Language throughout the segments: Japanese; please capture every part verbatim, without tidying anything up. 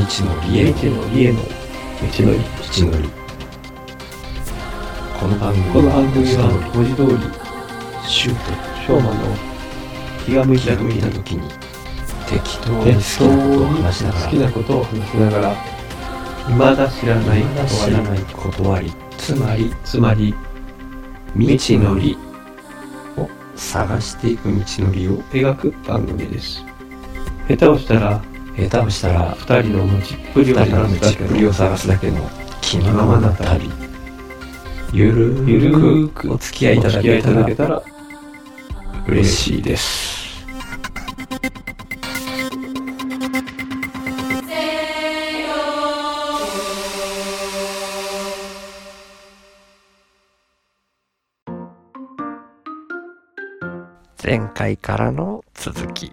のりへ未知のりへの道のり道のり。この番組この番組は文字通りシュートショーマンの気が向いた気が向いた時時に適当に適当に好きなことを話しながら好きなことを話しながら未だ知らないまだ知らない断り、つまりつまり未知のりを探していく道のりを描く番組です。下手をしたら下手をしたら二人の持ちっぷりを二人の探すだけ道っぷりをの探すだけの気のままな旅。ゆるゆるーーくくお付き合いいただお付き合いいけたらただけたら嬉しいです。前回からの続き。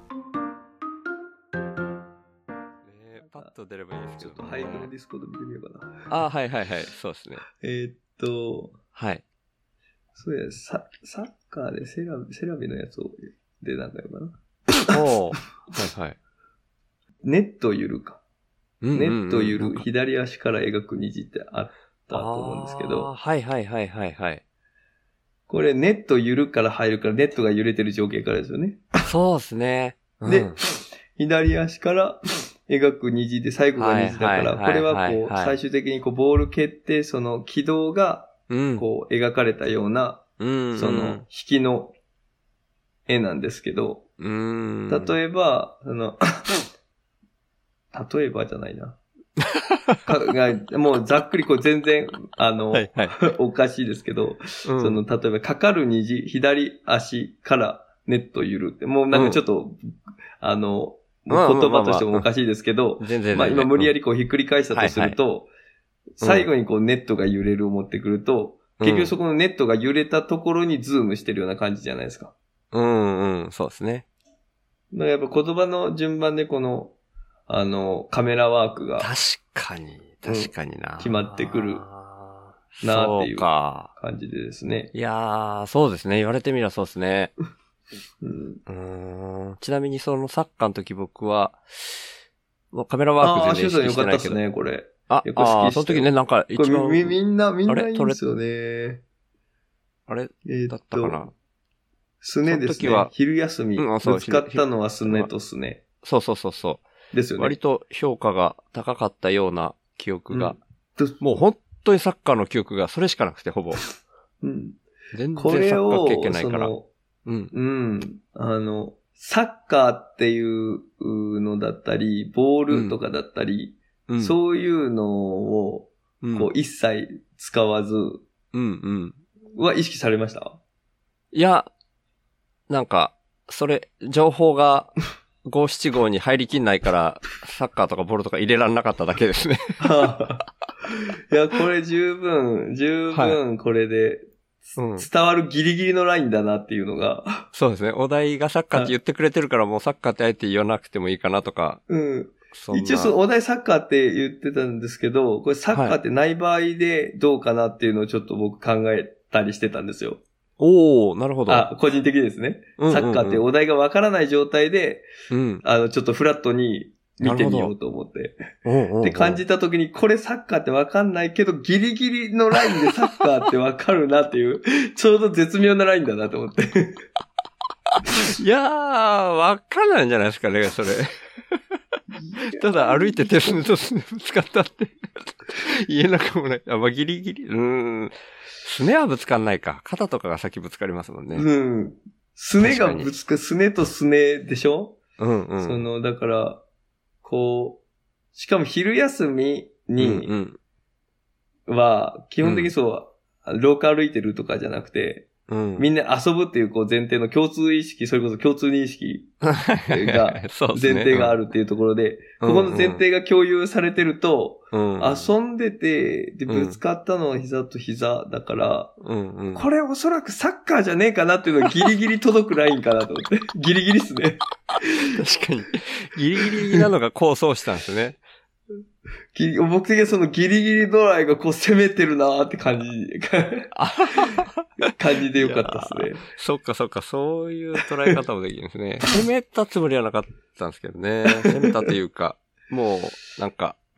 パッと出ればいいですけど、 ちょっと配布のディスコード見てみようかな。 あ、はいはいはい、そうですね。 えーっとはい。 そうやササッカーでセラビセラビのやつをでなんかようかな。 おー、はいはい。 ネットゆるか。 うんうんうんネットゆるなんか左足から描く虹ってあったと思うんですけあーど、 はいはいはいはいはい。 これネットゆるから入るからネットが揺れてる情景からですよね。 そうですね。うんで、左足から描く虹で最後が虹だから、 はいはいはいこれははいこうはい最終的にこうボール蹴ってその軌道がうん、 こう描かれたようなうん、 その引きの絵なんですけど、 うん、 例えば、その、例えばじゃないな。かがもうざっくりこう全然、あの、 はいはい。 おかしいですけど、 うん、 その、例えば、かかる虹、左足からネットゆるって、もうなんかちょっと、あの、 まあまあまあ言葉としてもおかしいですけど、 全然まあ今無理やり、 りこうひっくり返したとすると、最後にこうネットが揺れるを持ってくると、結局そこのネットが揺れたところにズームしてるような感じじゃないですか。 うんうん、そうですね。 だからやっぱ言葉の順番でこの、あの、カメラワークが確かに、確かにな。 決まってくるあーなーっていうそうか。 感じでですね。 いやー、そうですね。言われてみればそうですね。 うん、 うーん。ちなみにそのサッカーの時僕は、もうカメラワークああ、 全然意シュートよ識してないけど。 かったっすね、これ。 あ、 よく好きでしたよあーその時ね、なんか一番、 これみ、みんな、みんあれないいんですよね。 あれえーっだったかなと、すねですねその時は。 昼休み。 うんあそうぶつかったのはすねとすね。 そうそうそうそう。 ですよね。 割と評価が高かったような記憶が、 うんもう本当にサッカーの記憶がそれしかなくて、ほぼ。 うん、 全然サこれッカーを経験ないから。 その、 うん。 うん。あの、サッカーっていうのだったり、ボールとかだったり、 うん。 そういうのを、 うん。 こう、一切使わず、 うんうん。 は意識されました？ いや、なんか、それ、情報がごしちごに入りきんないから、サッカーとかボールとか入れられなかっただけですね。 いや、これ十分、十分これで、 うん。 伝わるギリギリのラインだなっていうのが。 そうですね。お題がサッカーって言ってくれてるから、もうサッカーってあえて言わなくてもいいかなとか。 うん。 そんな一応そのお題サッカーって言ってたんですけど、これサッカーってない場合でどうかなっていうのをちょっと僕考えたりしてたんですよ。 おー、なるほど。 あ、個人的ですね。 うんうんうんサッカーってお題がわからない状態で、 うん。 あの、ちょっとフラットに見てみようと思って。 おうおうおうって感じた時に、これサッカーってわかんないけど、ギリギリのラインでサッカーってわかるなっていう、ちょうど絶妙なラインだなと思って。 いやー、わかんないんじゃないですかね、それ。ただ歩いて手すねとすねぶつかったって言えなくもない。あ、まあ、ギリギリ。うーん。すねはぶつかんないか。肩とかが先ぶつかりますもんね。 うん。すねがぶつか、すねとすねでしょ？ うんうん。 その、だから、こう、しかも昼休みにうんは、基本的にそう、廊下歩いてるとかじゃなくて、 うん。 みんな遊ぶっていうこう前提の共通意識、それこそ共通認識が、 そうですね前提があるっていうところで、 うんここの前提が共有されてると、 うん。 遊んでて、で、 うんぶつかったのは膝と膝だから、 うんうん。 これおそらくサッカーじゃねえかなっていうのがギリギリ届くラインかなと思って。ギリギリっすね。 確かに。ギリギリなのが構想したんですね。 ギリ僕的にはそのギリギリドライがこう攻めてるなーって感じ、感じでよかったですね。 そっかそっか、そういう捉え方もできるんですね。攻めたつもりはなかったんですけどね。攻めたというか、もう、なんか、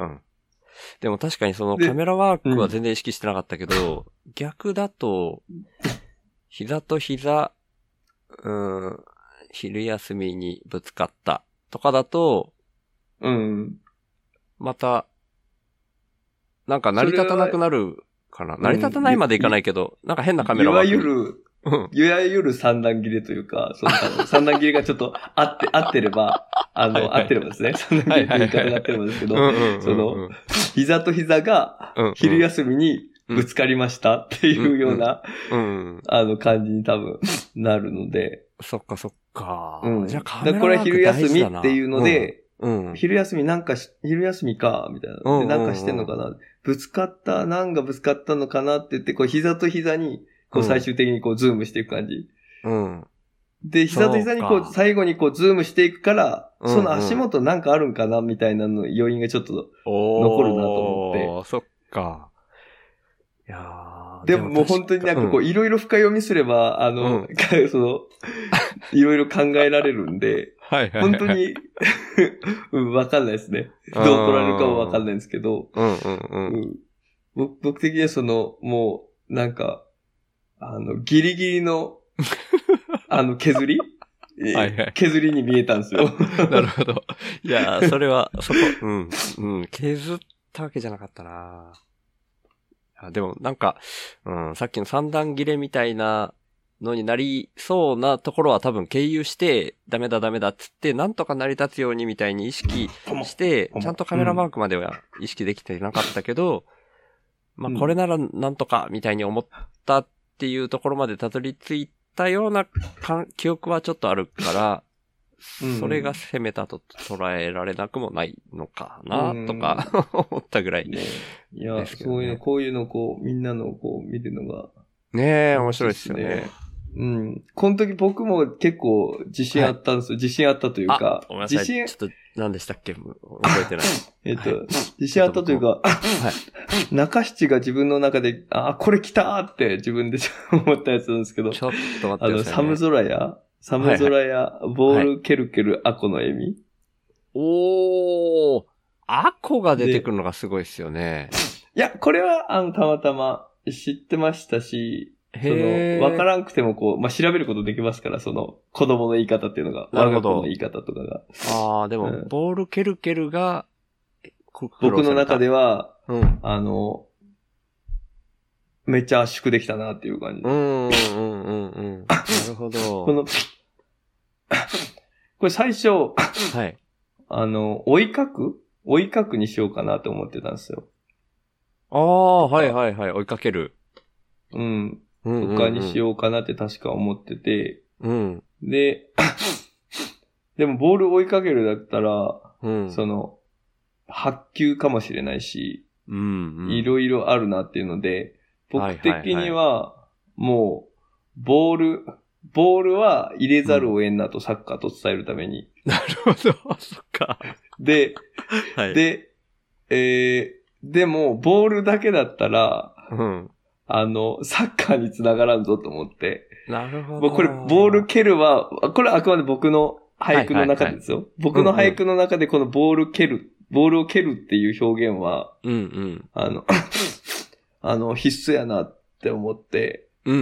うん。でも確かにそのでカメラワークは全然意識してなかったけど、うん、逆だと、膝と膝、うん、昼休みにぶつかったとかだと、 うん。 また、なんか成り立たなくなるかな。成り立たないまでいかないけど、なんか変なカメラワーク。 いわゆる、いわゆる三段切れというか、その三段切れがちょっと合って、合ってれば、あの、はいはい、合ってればですね。三段切れって言い方が合ってればですけど、その、膝と膝が昼休みにぶつかりましたっていうような、あの感じに多分なるので。 そっかそっか。 うん。じゃあカメラワーク大事だな。これは昼休みっていうので、うん、昼休みなんかし、昼休みか、みたいな。で、なんかしてんのかな。ぶつかった、なんかぶつかったのかなって言って、こう膝と膝に、こう最終的にこうズームしていく感じ。 うん。 で、膝と膝にこう最後にこうズームしていくから、その足元なんかあるんかなみたいなの余韻がちょっと残るなと思って。 おー、そっか。いやーでももう本当になんかこういろいろ深読みすれば、あの、うん、その、いろいろ考えられるんで、 はいはいはい、 本当に、うん、わかんないですね。どう取られるかもわかんないんですけど、 うんうんうんうん、 僕, 僕的にはその、もう、なんか、あの、ギリギリの、あの、削りはいはい。削りに見えたんですよ。 なるほど。いやー、それは、そこ、うん、うん、削ったわけじゃなかったなあでも、なんか、うん、さっきの三段切れみたいなのになりそうなところは多分経由して、ダメだダメだっつって、なんとか成り立つようにみたいに意識して、ちゃんとカメラマークまでは意識できてなかったけど、うん、まあこれならなんとかみたいに思ったっていうところまでたどり着いたような記憶はちょっとあるから、それが攻めたと捉えられなくもないのかな、とか思ったぐらい、 ね。いや、そういうの、こういうのこう、みんなのこう見るのが。 ねえ、面白いですよね。 うん。この時僕も結構自信あったんですよ。はい、自信あったというか。 あ、自信。ちょっと何でしたっけ覚えてない。 えっと、はい、自信あったというか、はい、中七が自分の中で、あ、これ来たーって自分で思ったやつなんですけど。 ちょっと待ってください、ね。 あの、寒空や、寒空や、ボールケルケルアコの笑み。 おー、アコが出てくるのがすごいですよね。 いや、これは、あの、たまたま知ってましたし、その、わからんくてもこう、まあ、調べることできますから、その、子供の言い方っていうのが、我が子の言い方とかが。 ああ、でも、うん、ボールケルケルが、 僕の中では、うん、あの、めっちゃ圧縮できたなっていう感じ。 うん、うん、うん、うん。なるほど。 この、これ最初、 はい。 あの、追いかく追いかくにしようかなと思ってたんですよ。 ああ、はいはいはい、追いかける。 うん。とかにしようかなって確か思ってて。 うん。 で、でもボール追いかけるだったら、 うん、 その、発球かもしれないし、 うんうん、 いろいろあるなっていうので、僕的には、もう、ボール、ボールは入れざるを得んなと、サッカーと伝えるために。 なるほど、そっか。 で、 はい、 で、えー、でも、ボールだけだったら、 うん、 あの、サッカーに繋がらんぞと思って。 なるほど。 もうこれ、ボール蹴るは、これはあくまで僕の俳句の中でですよ。はいはいはい、僕の俳句の中でこのボール蹴る、うんうん、ボールを蹴るっていう表現は、 うんうん、 あの、あの、必須やなって思って。 うんうん。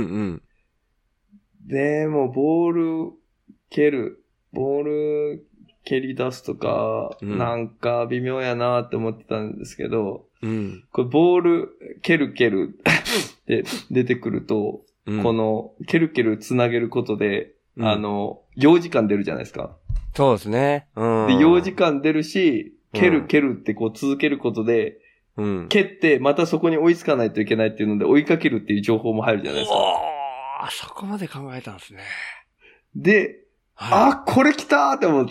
でも、ボール蹴る、ボール蹴り出すとか、うん、なんか微妙やなって思ってたんですけど、 うん、 これボール蹴る蹴るで出てくると、うん、この蹴る蹴るつなげることで、うん、あの、用時間出るじゃないですか。 そうですね。うん、 で、用時間出るし、蹴る蹴るってこう続けることで、 うん、 蹴ってまたそこに追いつかないといけないっていうので追いかけるっていう情報も入るじゃないですか。 おー、そこまで考えたんですね。 で、はい、あ、これ来たーって思って。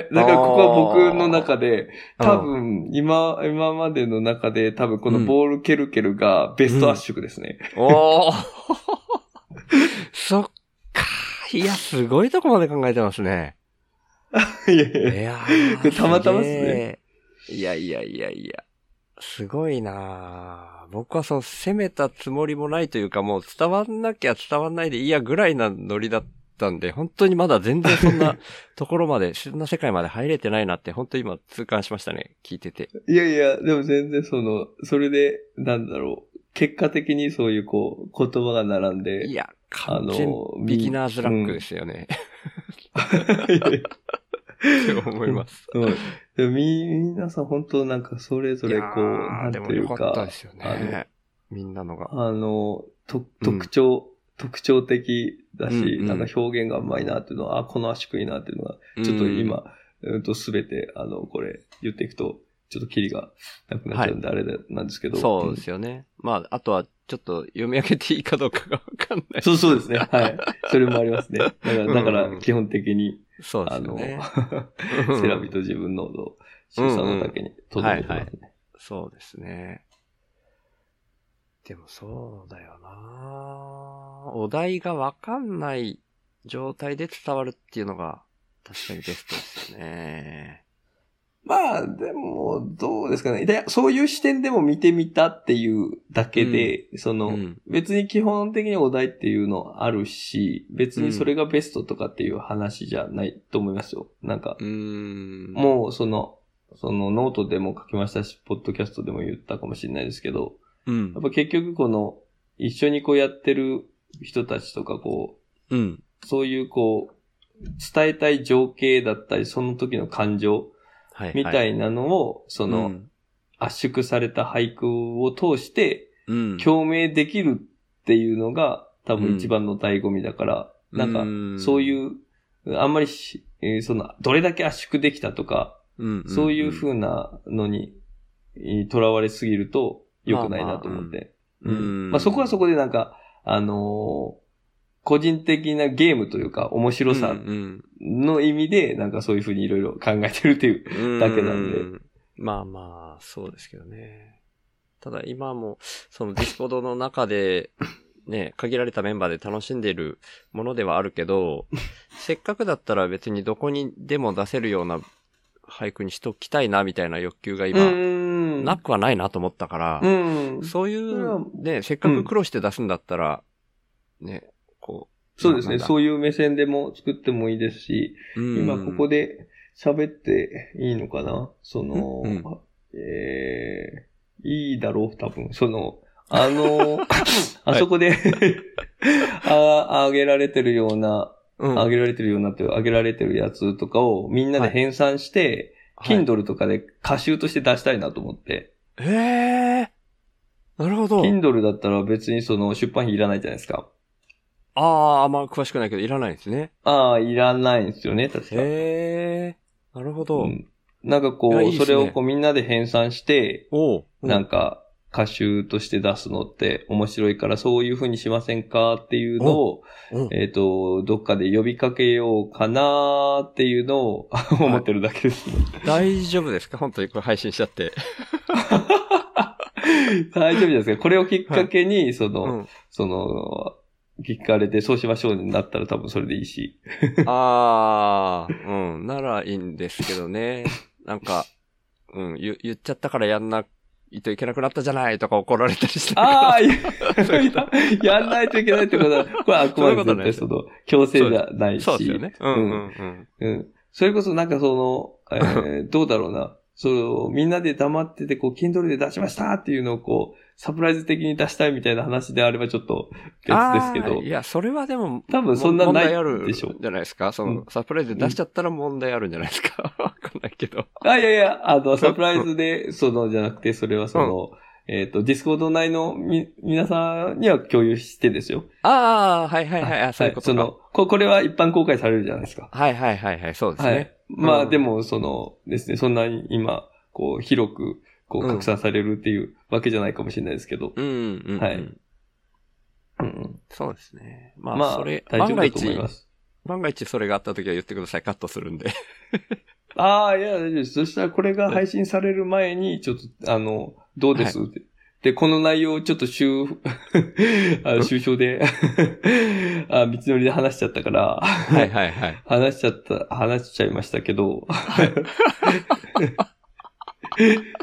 だからここは僕の中で、多分、今、今までの中で多分このボールケルケルがベスト圧縮ですね。 うん、おーそっか。いや、すごいとこまで考えてますね。 いやいや。いやーたまたまっすね。 いやいやいやいや。すごいなぁ。僕はその攻めたつもりもないというかもう伝わんなきゃ伝わんないでいいやぐらいなノリだっったんで、本当にまだ全然そんなところまで、そんな世界まで入れてないなって、本当に今痛感しましたね、聞いてて。 いやいや、でも全然その、それで、なんだろう、結果的にそういうこう、言葉が並んで。 いや、完全ビギナーズラックですよね。って思います。 うん、でもみ、皆さん本当なんかそれぞれこう、なんていうか。 でもよかったですよね。みんなのが。 あの、と特徴、うん、特徴的だし、うんうん、なんか表現がうまいなっていうのは、あ、この足食いなっていうのが、ちょっと今、うんとすべて、あの、これ言っていくと、ちょっとキリがなくなっちゃうんで、あれなんですけど、はい。 そうですよね。うん、まあ、あとは、ちょっと読み上げていいかどうかがわかんない。 そうそうですね。はい。それもありますね。だから、だから基本的に、 そうですね。 あの、セラビと自分の出産のだけに届けてますね、うんうんはいはい。 そうですね。でもそうだよな。お題がわかんない状態で伝わるっていうのが確かにベストですよね。 まあ、でも、どうですかね。で、そういう視点でも見てみたっていうだけで、うん、その、うん、別に基本的にお題っていうのあるし、別にそれがベストとかっていう話じゃないと思いますよ。なんか、 うーんもうその、そのノートでも書きましたし、ポッドキャストでも言ったかもしれないですけど、 うん、 やっぱ結局この、一緒にこうやってる人たちとかこう、うん、 そういうこう、伝えたい情景だったり、その時の感情、 はいはい、 みたいなのを、その、うん、圧縮された俳句を通して、共鳴できるっていうのが、多分一番の醍醐味だから、うん、なんか、そういう、あんまりし、えー、その、どれだけ圧縮できたとか、 うんうんうん、 そういう風なのに、とらわれすぎると良くないなと思って。 まあまあ、うんうんまあ、そこはそこでなんか、あのー、個人的なゲームというか、面白さの意味で、なんかそういう風にいろいろ考えてるっていうだけなんで。 うんまあまあ、そうですけどね。ただ今も、そのディスコードの中で、ね、限られたメンバーで楽しんでいるものではあるけど、せっかくだったら別にどこにでも出せるような俳句にしときたいなみたいな欲求が今、なくはないなと思ったから、 うんそういう、ね、せっかく苦労して出すんだったら、ね、こう。そうですね。そういう目線でも作ってもいいですし、今ここで喋っていいのかなその、 うん、 えー、いいだろう多分。その、あの、あそこであ、あげられてるような、うん、あげられてるようなって、あげられてるやつとかをみんなで編纂して、はい、Kindle とかで歌集として出したいなと思って。 へー。なるほど。 Kindle だったら別にその出版費いらないじゃないですか。 ああ、あんま詳しくないけど、いらないんですね。 ああ、いらないんですよね、確か。 へー。なるほど。うん、 なんかこう、いいね、それをこうみんなで編纂して、 おう、うん、 なんか、歌集として出すのって面白いからそういう風にしませんかっていうのを、えっと、どっかで呼びかけようかなっていうのを思ってるだけです、ね。 大丈夫ですか本当にこれ配信しちゃって。 大丈夫ですかこれをきっかけに、その、うん、その、聞かれてそうしましょうになったら多分それでいいし。 ああ、うん、ならいいんですけどね。なんか、うん、言, 言っちゃったからやんないといけなくなったじゃないとか怒られたりして。 ああ、やんないといけないってことは、これはあくまで絶対その、強制じゃないし。 そうですよね。うんうんうん。 うん。それこそなんかその、えー、どうだろうな。その、みんなで黙ってて、こう、Kindle で出しましたっていうのをこう、サプライズ的に出したいみたいな話であればちょっと別ですけど。 いや、それはでも、 多分そんなないでしょ。 じゃないですか。その、うん、サプライズで出しちゃったら問題あるんじゃないですか。わかんないけど。 あ、いやいや、あの、サプライズで、その、じゃなくて、それはその、うん、えっと、ディスコード内のみ、皆さんには共有してですよ。 ああ、はいはいはい。あ、そういうことか。 そのこ、これは一般公開されるじゃないですか。 はいはいはいはい、そうですね。はい。 まあ、うん、でも、そのですね、そんなに今、こう、広く、こう、拡散されるっていうわけじゃないかもしれないですけど。 うん、うん、うん。 はい。うん、 そうですね。まあ、 まあ、 それ、 大丈夫だと思います。 万が一それがあった時は言ってください。カットするんで。 ああ、いや、大丈夫です。そしたらこれが配信される前に、ちょっと、あの、どうです、はい、で、この内容をちょっと収、あ収章であ、道のりで話しちゃったから、 はいはいはい。 話しちゃった、話しちゃいましたけど、はい、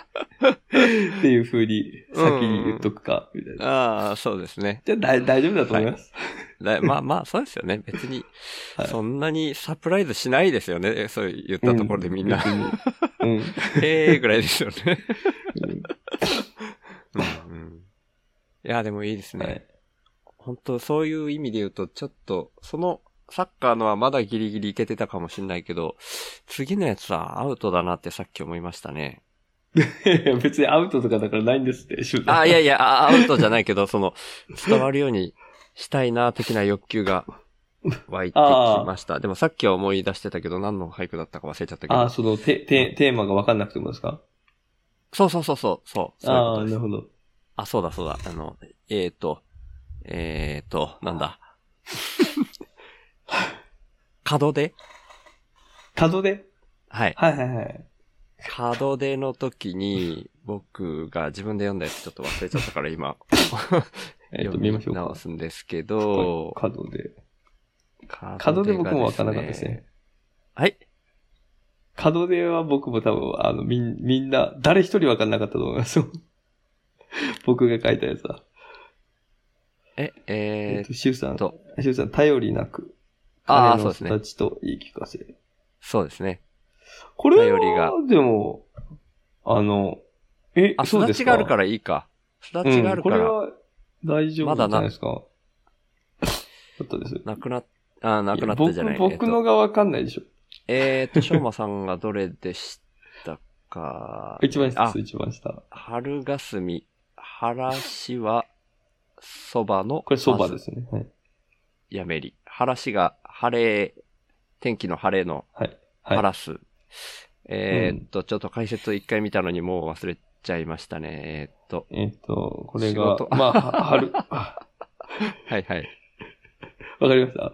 っていう風に先に言っとくか、みたいな。 ああ、そうですね。 じゃあ大大丈夫だと思います。 はい、まあまあ、そうですよね。別に、そんなにサプライズしないですよね。そう言ったところでみんな。うん。うん、ええぐらいですよね。うんうん、いや、でもいいですね。はい、本当そういう意味で言うと、ちょっと、その、サッカーのはまだギリギリいけてたかもしれないけど、次のやつはアウトだなってさっき思いましたね。 別にアウトとかだからないんですって、 あ、いやいや、アウトじゃないけど、その、伝わるようにしたいな、的な欲求が湧いてきました。でもさっきは思い出してたけど、何の俳句だったか忘れちゃったけど。 ああ、そのテ、テ、テーマが分かんなくてもですか？ そうそうそうそう、そう。そういうことです。 ああ、なるほど。 あ、そうだそうだ。あの、えーと、えーと、なんだ。門出門出はい。 はいはいはい。 門出の時に、僕が自分で読んだやつちょっと忘れちゃったから今、 えっと、見ましょうか。 直すんですけど、 門出。門出僕も分からなかったですね。 はい。 門出は僕も多分、あの、みん、みんな、誰一人分からなかったと思います。僕が書いたやつは。 え、えー、 えっと、シュウさん。シュウさん、頼りなく。 ああ、そうですね。 彼の人たちと言い聞かせ。 そうですね。 これは、でも、あの、え、 あ、そうですか。すだちがあるからいいか。すだちがあるから。うん、 これは大丈夫じゃないですか。まだな。だったです。 なくなっ、あ、なくなったじゃない。 僕、僕のがわかんないでしょ。 えーと、しょうまさんがどれでしたか。 一番下、一番下。 春霞、話は、そばの。 これそばですね。はい。 やめり。話が、晴れ、天気の晴れの、 はい。 晴らす。はい、えーっと、うん、ちょっと解説一回見たのにもう忘れちゃいましたね。えー、っと。 えー、っと、これが、まあ、春。 はいはい。 わかりました。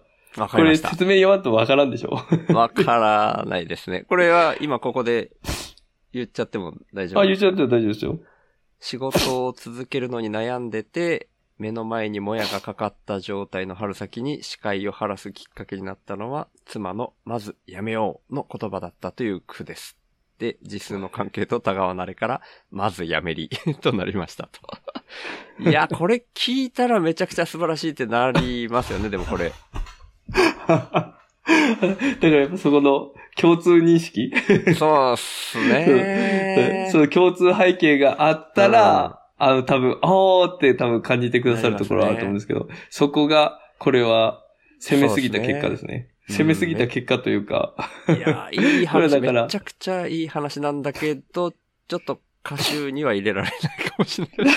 わかりました。これ説明読まんとわからんでしょわからないですね。これは今ここで言っちゃっても大丈夫ですか？ あ、言っちゃっても大丈夫ですよ。 仕事を続けるのに悩んでて、目の前にもやがかかった状態の春先に視界を晴らすきっかけになったのは、妻のまずやめようの言葉だったという句です。で、字数の関係とたがわなれから、まずやめりとなりましたと。いや、これ聞いたらめちゃくちゃ素晴らしいってなりますよね、でもこれ。 だからやっぱそこの共通認識そうっすねそ。その共通背景があったら、うん、あの多分、おーって多分感じてくださるところはあると思うんですけど、ね、そこが、これは攻めすぎた結果ですね。攻めすぎた結果というか。 うん、いや、いい話、めちゃくちゃいい話なんだけど、ちょっと歌集には入れられないかもしれない。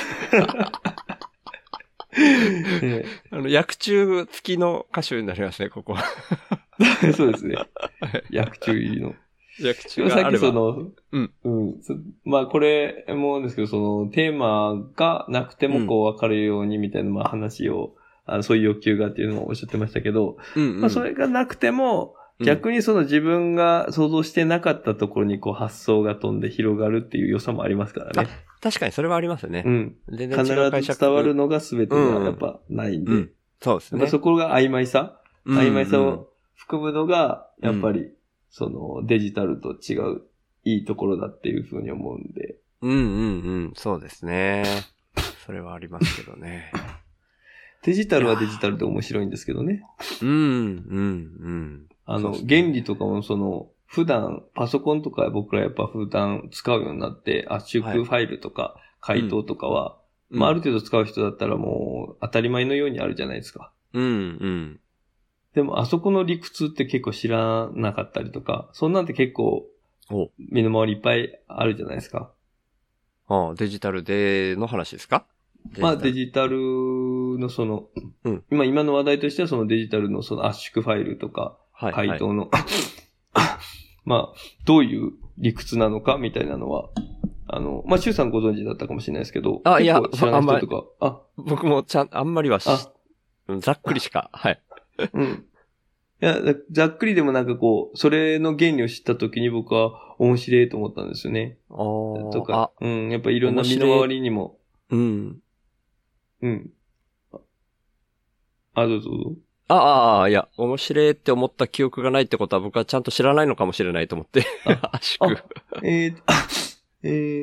ええ、あの、薬中付きの歌手になりますね、ここは。 そうですね。薬中入りの。 薬中があれば。 さっきその、うん。うん。まあ、これもですけど、その、テーマがなくてもこう分かるようにみたいな、まあ話を、あの、そういう欲求がっていうのをおっしゃってましたけど、うんうん、まあ、それがなくても、逆にその自分が想像してなかったところにこう発想が飛んで広がるっていう良さもありますからね。 確かにそれはありますよね。 うん。全然違う解釈。必ず伝わるのが全てがやっぱないんで。うんうん、 そうですね。 そこが曖昧さ、うんうん、曖昧さを含むのが、やっぱり、そのデジタルと違ういいところだっていうふうに思うんで。 うんうんうん。そうですね。それはありますけどね。 デジタルはデジタルで面白いんですけどね。 うん、うん、うん。 あの、原理とかもその、普段、パソコンとか僕らやっぱ普段使うようになって、圧縮ファイルとか、回答とかは、うん、まあある程度使う人だったらもう当たり前のようにあるじゃないですか。 うん、うん。 でもあそこの理屈って結構知らなかったりとか、そんなんって結構、身の回りいっぱいあるじゃないですか。 ああ、デジタルでの話ですか？ まあデジタルのその、うん、今今の話題としてはそのデジタルのその圧縮ファイルとか、回答の、はいはい、まあ、どういう理屈なのかみたいなのは、あの、まあ、シュウさんご存知だったかもしれないですけど、 あ、いや、 知らない人とか、あ、 僕もちゃん、あんまりはし、ざっくりしか、はい。 うん。いや、ざっくりでもなんかこう、それの原理を知ったときに僕は面白いと思ったんですよね。 あとか、うん、やっぱいろんな身の回りにも、 うん。 うん。あ、どうぞどうぞ。 ああ、いや、面白いって思った記憶がないってことは僕はちゃんと知らないのかもしれないと思って。圧縮。 えー、えー、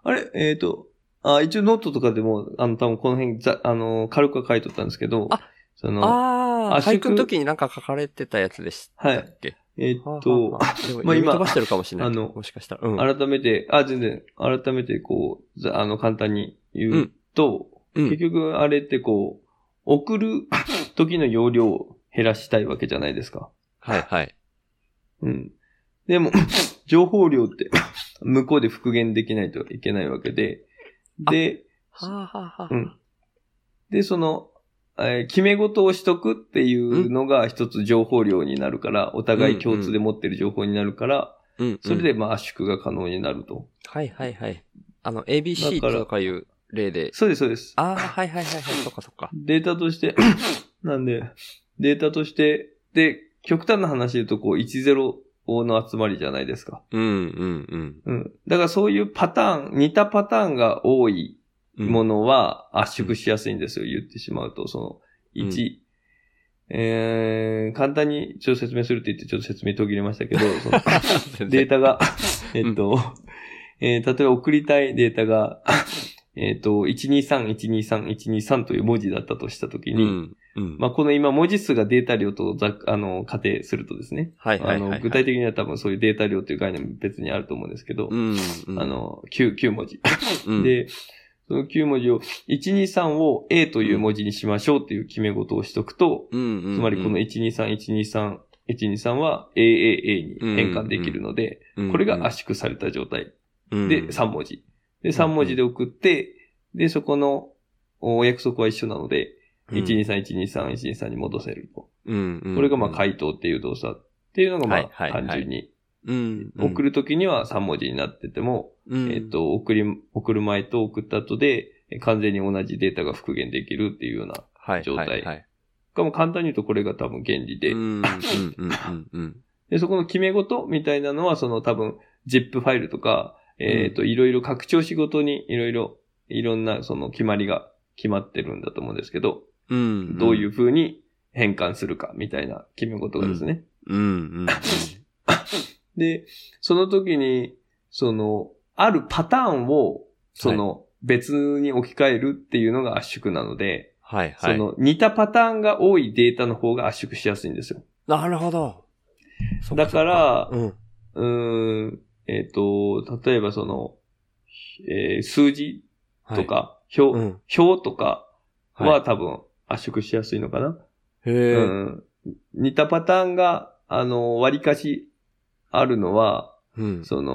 あれえっ、ー、と、あ、一応ノートとかでも、あの、多分この辺、ざあの、軽くは書いとったんですけど、 あ、 その、 ああ、俳句の時になんか書かれてたやつでしたっけ？はい。 えっ、ー、と、 はあはあ、でも読み飛ばしてるかもしれない。あの、もしかしたら。うん、 改めて、あ、全然、改めてこう、あの、簡単に言うと、うん、結局あれってこう、送る時の容量を減らしたいわけじゃないですか。 はいはい。 うん。でも、情報量って向こうで復元できないといけないわけで、で、 はあはあはあ、 うん。で、その、えー、決め事をしとくっていうのが一つ情報量になるから、お互い共通で持ってる情報になるから、うんうん、それでまあ圧縮が可能になると。 はいはいはい。あの、エービーシー とかいう例で。 そうですそうです。 ああ、はいはいはいはい、そっかそっか。 データとして、なんで、データとして、で、極端な話で言うとこう、いちゼロの集まりじゃないですか。 うんうんうん。 うん。だからそういうパターン、似たパターンが多いものは圧縮しやすいんですよ、うん、言ってしまうと。その、いち、うん、えー、簡単にちょっと説明するって言ってちょっと説明途切れましたけど、そのデータが、えっと、うん、えー、例えば送りたいデータが、えっと、いちにさん、いちにさん、いちにさんという文字だったとしたときに、うんうん、まあ、この今文字数がデータ量とざあの仮定するとですね、 はいはいはいはい、 あの具体的には多分そういうデータ量という概念も別にあると思うんですけど、うんうん、あの 9, きゅう文字、うん、で、そのきゅう文字をいちにさんを A という文字にしましょうっていう決め事をしとくと、うんうんうん、つまりこのいちにさん、いちにさん、いちにさんは エーエーエー に変換できるので、うんうん、これが圧縮された状態でさん文字。で、さん文字で送って、で、そこのお約束は一緒なので、いちにさん、いちにさん、いちにさんに戻せると。うんうんうん、これがまあ回答っていう動作っていうのがまあ、はいはいはい、単純に、うんうん、送るときにはさん文字になってても、うん、えっと、送り、送る前と送った後で完全に同じデータが復元できるっていうような状態。はいはいはい、かも簡単に言うとこれが多分原理で、うんうんうんうん、で、そこの決め事みたいなのはその多分 ジップ ファイルとか、えっと、いろいろ拡張仕事にいろいろいろんなその決まりが決まってるんだと思うんですけど、うんうん、どういう風に変換するかみたいな決め事がですね。うんうんうん、で、その時に、その、あるパターンを、その、別に置き換えるっていうのが圧縮なので、はいはい、その似たパターンが多いデータの方が圧縮しやすいんですよ。 なるほど。 だから、うん、うーん、えっと、例えばその、えー、数字とか、はい、表、うん、表とかは多分圧縮しやすいのかな。へー、うん。似たパターンが、あの、割かしあるのは、うん、その、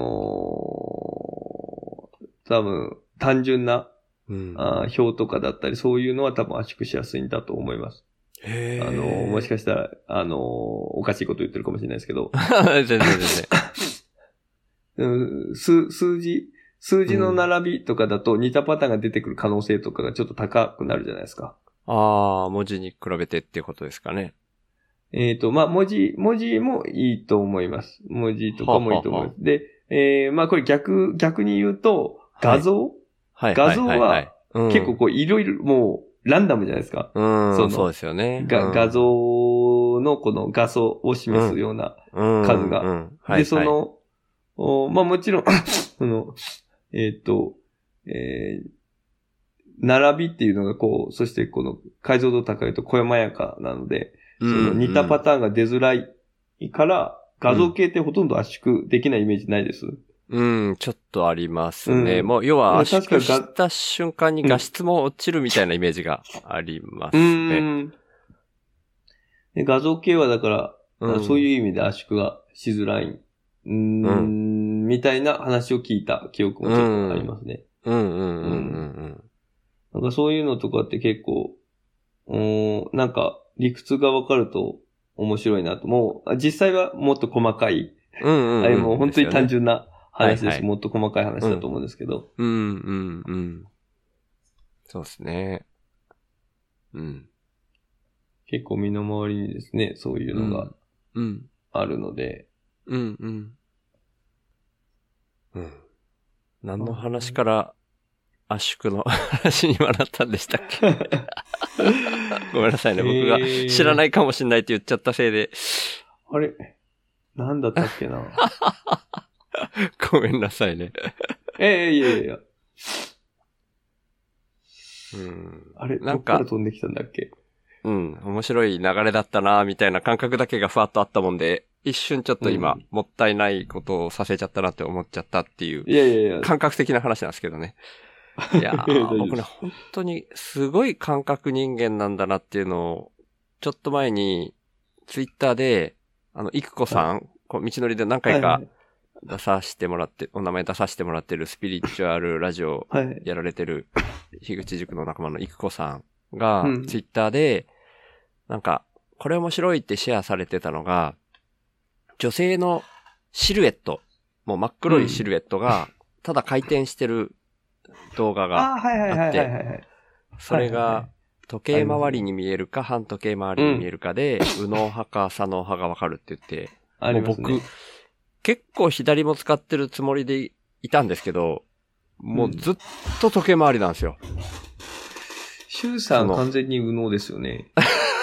多分単純な、うん、あ表とかだったり、そういうのは多分圧縮しやすいんだと思います。へー。あの、もしかしたら、あの、おかしいこと言ってるかもしれないですけど。 全然全然。うん、数、数字、数字の並びとかだと似たパターンが出てくる可能性とかがちょっと高くなるじゃないですか。 ああ、文字に比べてっていうことですかね。 えっと、まあ、文字、文字もいいと思います。文字とかもいいと思います。はははで、えー、まあ、これ逆、逆に言うと、画像、はい、画像は結構こういろいろもうランダムじゃないですか。 うん、そのそうですよね、 が、うん。画像のこの画素を示すような数が。うんうんうんはい、で、その、おまあ、もちろん、その、えっ、ー、と、えー、並びっていうのがこう、そしてこの解像度高いと小山やかなので、その似たパターンが出づらいから、画像系ってほとんど圧縮できないイメージないです。 うん、ちょっとありますね。うん、もう、要は圧縮した瞬間に画質も落ちるみたいなイメージがありますね。うんで画像系はだから、うん、そういう意味で圧縮がしづらい、うん、うん、みたいな話を聞いた記憶もちょっとありますね。うん、うん、うん、うん、うん。なんかそういうのとかって結構、うん、なんか理屈がわかると面白いなと。もう、実際はもっと細かい。うんうんうん、あれもう本当に単純な話です。はいはい、もっと細かい話だと思うんですけど。 うん、うん、うん、うん。そうですね。うん。 結構身の回りにですね、そういうのがあるので。 うん、うん。うん。何の話から圧縮の話にはなったんでしたっけごめんなさいね、僕が知らないかもしれないって言っちゃったせいで。 あれなんだったっけなごめんなさいね。 ええいやいやいや。 うん。 あれ、なんか、どっから飛んできたんだっけ？ うん。面白い流れだったなみたいな感覚だけがふわっとあったもんで、一瞬ちょっと今、うん、もったいないことをさせちゃったなって思っちゃったっていう。 いやいやいや。 感覚的な話なんですけどね。いやー、僕ね、本当にすごい感覚人間なんだなっていうのを、ちょっと前に、ツイッターで、あの、いくこさん、はい、こう道のりで何回か出させてもらって、はいはい、お名前出させてもらってるスピリチュアルラジオやられてる、樋口塾の仲間のいくこさんが、ツイッターで、なんか、これ面白いってシェアされてたのが、女性のシルエット、もう真っ黒いシルエットが、ただ回転してる動画があって、それが時計回りに見えるか反時計回りに見えるかで、右脳派か左脳派がわかるって言って、もう僕、結構左も使ってるつもりでいたんですけど、もうずっと時計回りなんですよ。 シュウさん完全に右脳ですよね。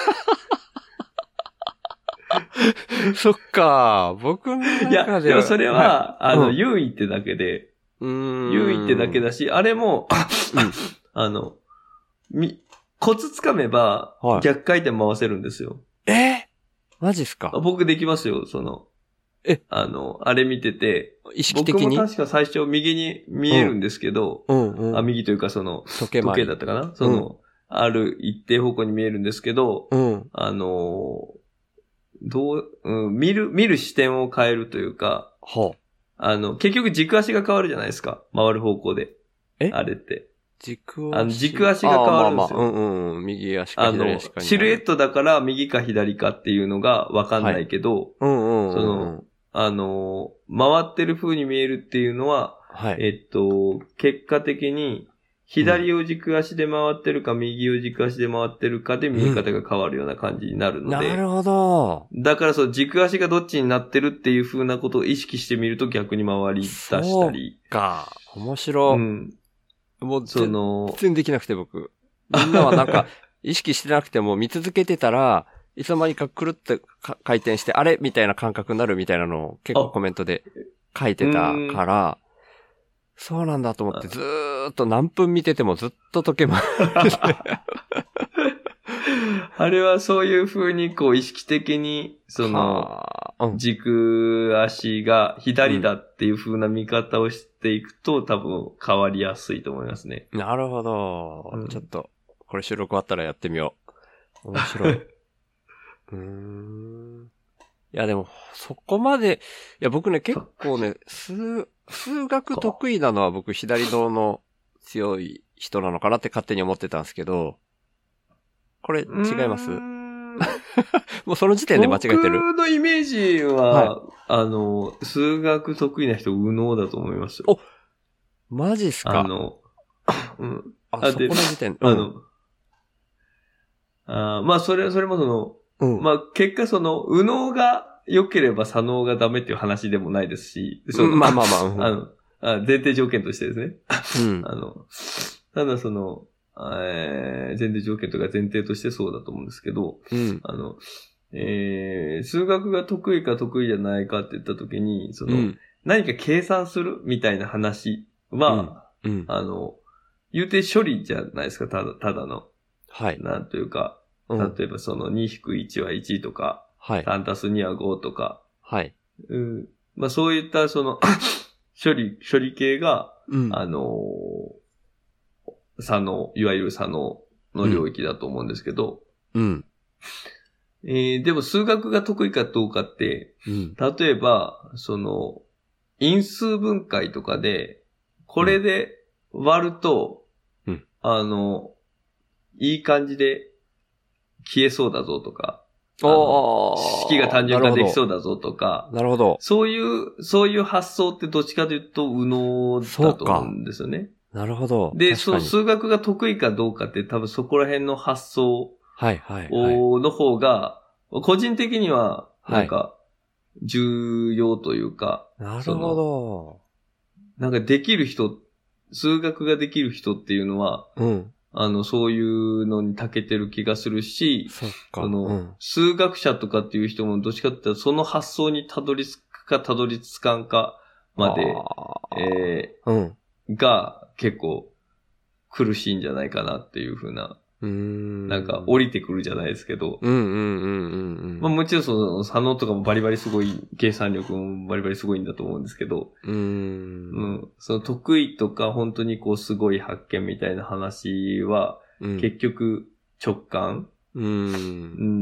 そっか、僕の中では。 いや、でもそれは、はい、あの、優位ってだけで、 うーん優位ってだけだし、あれも、あの、み、コツつかめば、逆回転回せるんですよ。 はい、えー、マジっすか？ 僕できますよ、その、 えあの、あれ見てて、 意識的に僕も確か最初右に見えるんですけど、 うんうんうん、 あ、右というかその、 時計回り。 時計だったかな、その、うん、ある一定方向に見えるんですけど、 うん、 あの、どう、うん、見る、見る視点を変えるというか、 はあ、あの、結局軸足が変わるじゃないですか。回る方向で。 えあれって。 軸足あの、軸足が変わるんですよ。 あ、まあまあ、うんうん。右足か左足かあの、シルエットだから右か左かっていうのがわかんないけど、はい、 うんうんうん、 その、あの、回ってる風に見えるっていうのは、 はい、 えっと、結果的に、左を軸足で回ってるか、うん、右を軸足で回ってるかで見え方が変わるような感じになるので。 うん、なるほど。 だからそう、軸足がどっちになってるっていう風なことを意識してみると逆に回り出したり。 そうか。面白い。うん。もう、その、全然できなくて僕。みんなはなんか、意識してなくても見続けてたら、いつの間にかくるって回転して、あれみたいな感覚になるみたいなのを結構コメントで書いてたから、そうなんだと思ってずーっと何分見ててもずっと時計回る。 あれはそういう風にこう意識的に、その、うん、軸足が左だっていう風な見方をしていくと、うん、多分変わりやすいと思いますね。 なるほど。うん、ちょっと、これ収録終わったらやってみよう。面白い。うーん。いやでも、そこまで、いや僕ね結構ね、数、数学得意なのは僕左脳の強い人なのかなって勝手に思ってたんですけど、これ違います？もうその時点で間違えてる？ 僕のイメージは、はい、あの、数学得意な人、右脳だと思いますよ。 お、マジっすか？ あの、うん。 あ、あそこの時点、 うん、あの、あまあそれ、それもその、うん、まあ結果その、右脳が良ければ左脳がダメっていう話でもないですし、その、 うん、まあまあまあ、うん、 あのあ、前提条件としてですね。 うん、 あの、ただその、えー、前提条件とか前提としてそうだと思うんですけど、 うん、 あの、えー、数学が得意か得意じゃないかって言ったときに、その、うん、何か計算するみたいな話は、 うんうん、 あの、言うて処理じゃないですか、ただ、ただの。 はい。 なんというか、例えばその にひくいち はいちとか、 はい。 さんたすにはごとか、 はい。 うん、まあそういったその、処理、処理系が、 うん、 あのー、左脳、いわゆる左脳の領域だと思うんですけど、 うん。 えー、でも数学が得意かどうかって、 うん、 例えば、その、因数分解とかで、これで割ると、 うん、 あの、いい感じで消えそうだぞとか、 おー式が単純化できそうだぞとか、 なるほど。 そういう、そういう発想ってどっちかというと右脳だと思うんですよね。 なるほど。 で、そう、数学が得意かどうかって多分そこら辺の発想はいはい、はい。 の方が、個人的には、なんか、重要というか、 はい、なるほど。 なんかできる人、数学ができる人っていうのは、 うん。 あの、そういうのに長けてる気がするし、 そっか。 その、 うん、 数学者とかっていう人もどっちかって言ったらその発想にたどり着くかたどり着かんかまで、えー、うん。 が結構苦しいんじゃないかなっていう風な、 うーん。 なんか降りてくるじゃないですけど、 うんうんうんうんうん。 まあもちろんその左脳とかもバリバリすごい、計算力もバリバリすごいんだと思うんですけど、 うーん。 うん。その得意とか本当にこうすごい発見みたいな話は、 うん、 結局直感。 うーん。 うん。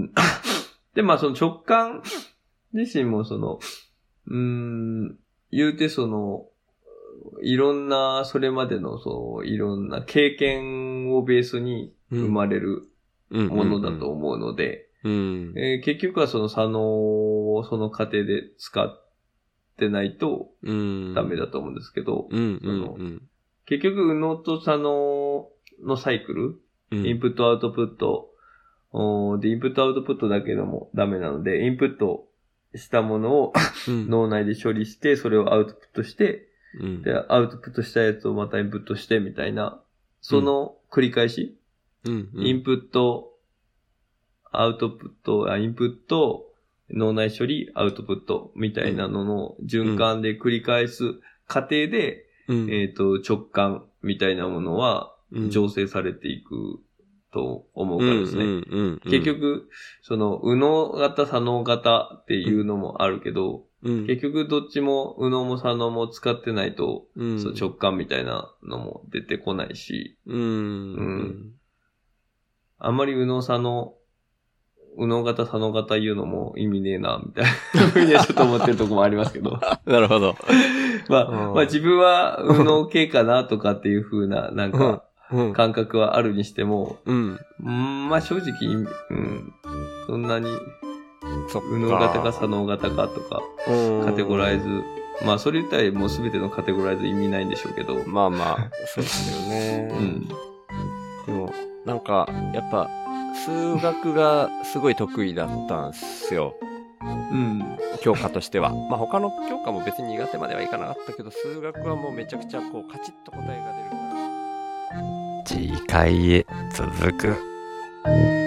で、まあその直感自身もその、うーん、言うてその、いろんな、それまでのそう、いろんな経験をベースに生まれるものだと思うので、 うんうんうんえー結局はその左脳をその過程で使ってないとダメだと思うんですけど、 うんうんそのうん、 結局右脳と左脳のサイクル、 うん、 インプットアウトプット、おーで、インプットアウトプットだけでもダメなので、インプットしたものをうん脳内で処理して、それをアウトプットして、 うん、 で、アウトプットしたやつをまたインプットしてみたいな、その繰り返し、 うんうん、 インプット、アウトプット、あインプット、脳内処理、アウトプットみたいなのの循環で繰り返す過程で、 うん、 えっと、直感みたいなものはうん、 醸成されていくと思うからですね。 うんうんうんうん、 結局、その、右脳型、左脳型っていうのもあるけど、 うん、 結局どっちも右脳も左脳も使ってないと、 うん、 そう直感みたいなのも出てこないし、 うん、うん、 あんまり右脳左脳、右脳型左脳型言うのも意味ねえな、みたいなふうにはちょっと思ってるところもありますけど。 なるほど。 まあ、 うんまあ自分は右脳系かなとかっていうふうな、なんか、 うん、 感覚はあるにしても、 うん、 うん、まあ正直、うん、そんなに、 そっか。 右脳型か左脳型かとか、カテゴライズ、まあそれ言ったらもうすべてのカテゴライズ意味ないんでしょうけど、 まあまあ、そうですよね。 うん。 でも、なんか、やっぱ、数学がすごい得意だったんですよ。 うん。 教科としては。まあ他の教科も別に苦手まではいかなかったけど、数学はもうめちゃくちゃこうカチッと答えが出るから。次回へ続く。